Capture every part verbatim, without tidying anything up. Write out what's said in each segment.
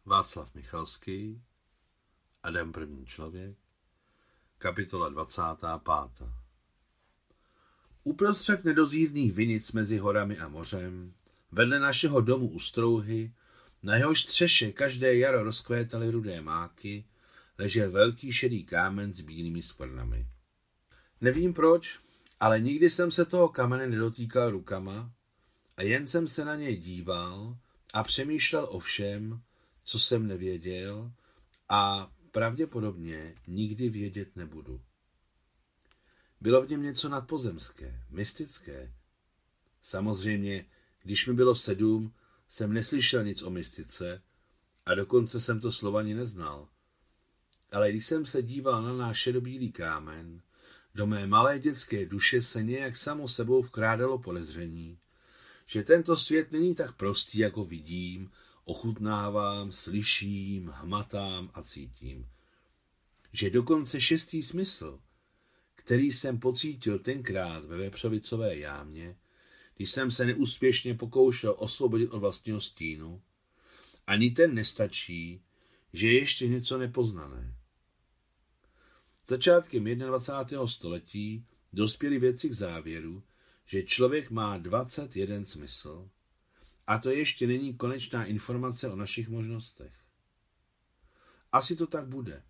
Václav Michalský, Adam první člověk, kapitola dvacátá pátá. Uprostřed nedozírných vinic mezi horami a mořem, vedle našeho domu u Strouhy, na jehož střeše každé jaro rozkvétaly rudé máky, ležel velký šedý kámen s bílými skvrnami. Nevím proč, ale nikdy jsem se toho kamene nedotýkal rukama a jen jsem se na něj díval a přemýšlel o všem, co jsem nevěděl a pravděpodobně nikdy vědět nebudu. Bylo v něm něco nadpozemské, mystické. Samozřejmě, když mi bylo sedm, jsem neslyšel nic o mystice a dokonce jsem to slovo ani neznal. Ale když jsem se díval na náš šedobílý kámen, do mé malé dětské duše se nějak samo sebou vkrádalo podezření, že tento svět není tak prostý, jako vidím, ochutnávám, slyším, hmatám a cítím. Že dokonce šestý smysl, který jsem pocítil tenkrát ve Vepřovicové jámě, když jsem se neúspěšně pokoušel osvobodit od vlastního stínu, ani ten nestačí, že je ještě něco nepoznané. Začátkem dvacátého prvního století dospěli vědci k závěru, že člověk má dvacet jeden smysl, a to ještě není konečná informace o našich možnostech. Asi to tak bude.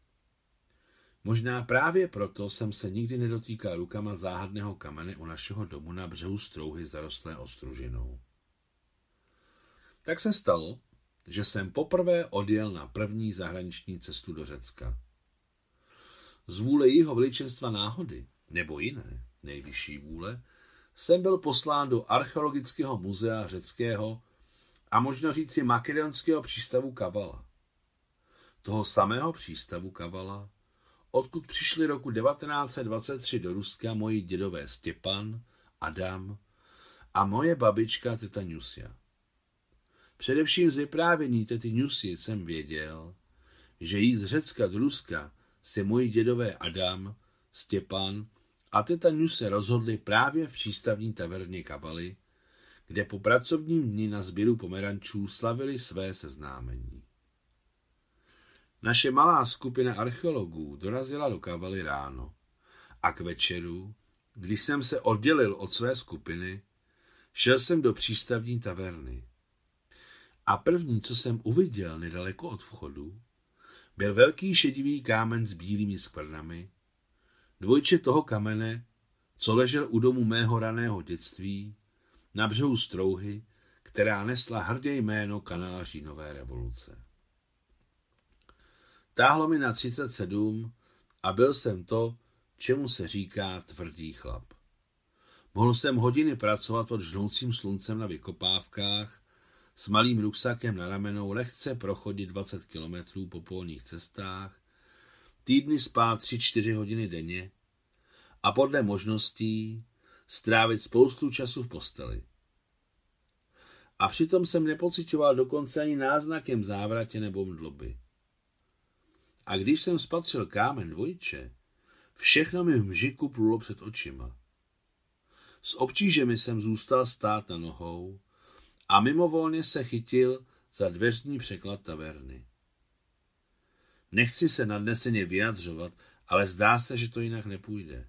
Možná právě proto jsem se nikdy nedotýkal rukama záhadného kamene u našeho domu na břehu Strouhy zarostlé ostružinou. Tak se stalo, že jsem poprvé odjel na první zahraniční cestu do Řecka. Z vůle jeho veličenstva náhody, nebo jiné, nejvyšší vůle, jsem byl poslán do archeologického muzea řeckého a možno říci makedonského přístavu Kavala. Toho samého přístavu Kavala, odkud přišli roku devatenáct set dvacet tři do Ruska moji dědové Stěpan, Adam a moje babička teta Nusia. Především z vyprávění tety Nusie jsem věděl, že jí z Řecka do Ruska se moji dědové Adam, Stěpan a teta Nusia rozhodli právě v přístavní taverně Kavaly, kde po pracovním dni na sběru pomerančů slavili své seznámení. Naše malá skupina archeologů dorazila do Kavaly ráno a k večeru, když jsem se oddělil od své skupiny, šel jsem do přístavní taverny. A první, co jsem uviděl nedaleko od vchodu, byl velký šedivý kámen s bílými skvrnami, dvojče toho kamene, co ležel u domu mého raného dětství, na břehu Strouhy, která nesla hrdě jméno kanála říjnové revoluce. Táhlo mi na třicet sedm a byl jsem to, čemu se říká tvrdý chlap. Mohl jsem hodiny pracovat pod žnoucím sluncem na vykopávkách, s malým ruksakem na ramenou lehce prochodit dvacet kilometrů po polních cestách, týdny spát tři čtyři hodiny denně a podle možností strávit spoustu času v posteli. A přitom jsem nepocitoval dokonce ani náznakem závratě nebo mdloby. A když jsem spatřil kámen dvojče, všechno mi v mžiku plulo před očima. S obtížemi jsem zůstal stát na nohou a mimovolně se chytil za dveřní překlad taverny. Nechci se nadneseně vyjadřovat, ale zdá se, že to jinak nepůjde.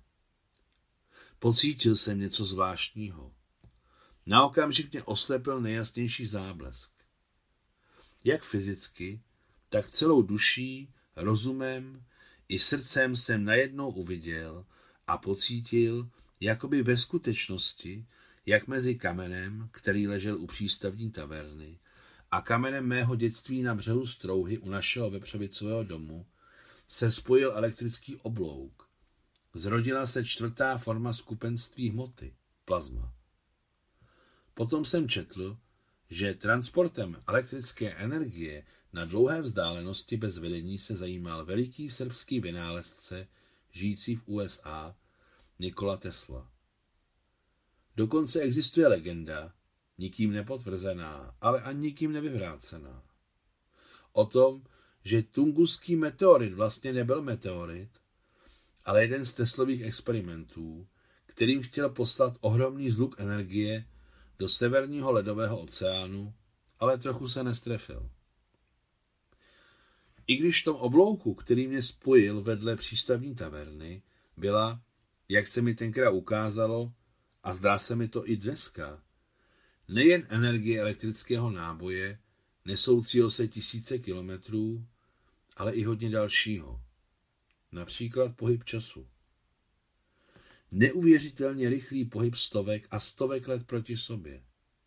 Pocítil jsem něco zvláštního. Na okamžik mě oslepil nejjasnější záblesk. Jak fyzicky, tak celou duší, rozumem i srdcem jsem najednou uviděl a pocítil, jakoby ve skutečnosti, jak mezi kamenem, který ležel u přístavní taverny, a kamenem mého dětství na břehu Strouhy u našeho Vepřovicového domu se spojil elektrický oblouk. Zrodila se čtvrtá forma skupenství hmoty, plazma. Potom jsem četl, že transportem elektrické energie na dlouhé vzdálenosti bez vedení se zajímal veliký srbský vynálezce, žijící v U S A, Nikola Tesla. Dokonce existuje legenda, nikým nepotvrzená, ale ani nikým nevyvrácená, o tom, že tunguský meteorit vlastně nebyl meteorit, ale jeden z Teslových experimentů, kterým chtěl poslat ohromný zluk energie do severního ledového oceánu, ale trochu se nestrefil. I když v tom oblouku, který mě spojil vedle přístavní taverny, byla, jak se mi tenkrát ukázalo, a zdá se mi to i dneska, nejen energie elektrického náboje, nesoucího se tisíce kilometrů, ale i hodně dalšího. Například pohyb času. Neuvěřitelně rychlý pohyb stovek a stovek let proti sobě.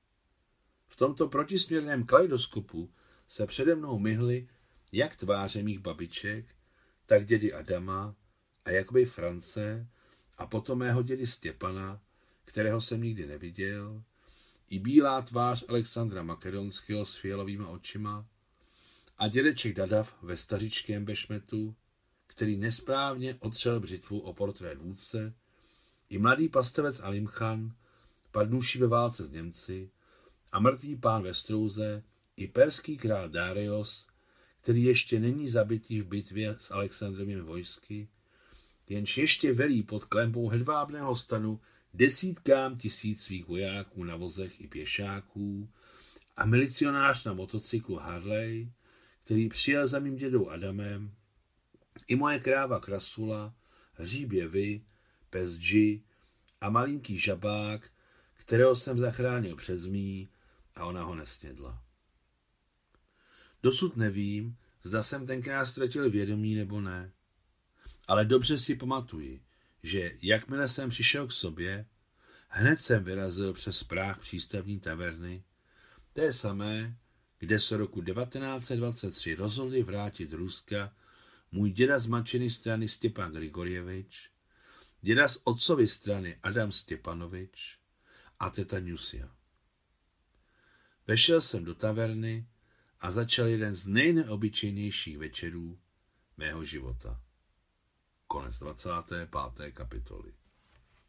V tomto protisměrném kaleidoskopu se přede mnou myhly jak tváře mých babiček, tak dědy Adama a jakoby France a potom mého dědy Stěpana, kterého jsem nikdy neviděl, i bílá tvář Alexandra Makedonského s fialovýma očima a dědeček Dadav ve stařičkém bešmetu, který nesprávně otřel břitvu o portrét vůdce, i mladý pastevec Alimchan, padnouší ve válce s Němci, a mrtvý pán ve strouze, i perský král Darius, který ještě není zabitý v bitvě s Alexandrovými vojsky, jenž ještě velí pod klempou hedvábného stanu desítkám tisíc svých vojáků na vozech i pěšáků a milicionář na motocyklu Harley, který přijel za mým dědou Adamem, i moje kráva Krasula, hříbě Vy, pes G a malinký žabák, kterého jsem zachránil před zmí a ona ho nesnědla. Dosud nevím, zda jsem tenkrát ztratil vědomí nebo ne, ale dobře si pamatuji, že jakmile jsem přišel k sobě, hned jsem vyrazil přes práh přístavní taverny, té samé, kde se roku devatenáct set dvacet tři rozhodli vrátit Ruska můj děda z matčiny strany Stěpan Grigorjevič, děda z otcovy strany Adam Stěpanovič a teta Nusia. Vešel jsem do taverny a začal jeden z nejneobyčejnějších večerů mého života. Konec dvacáté páté kapitoly.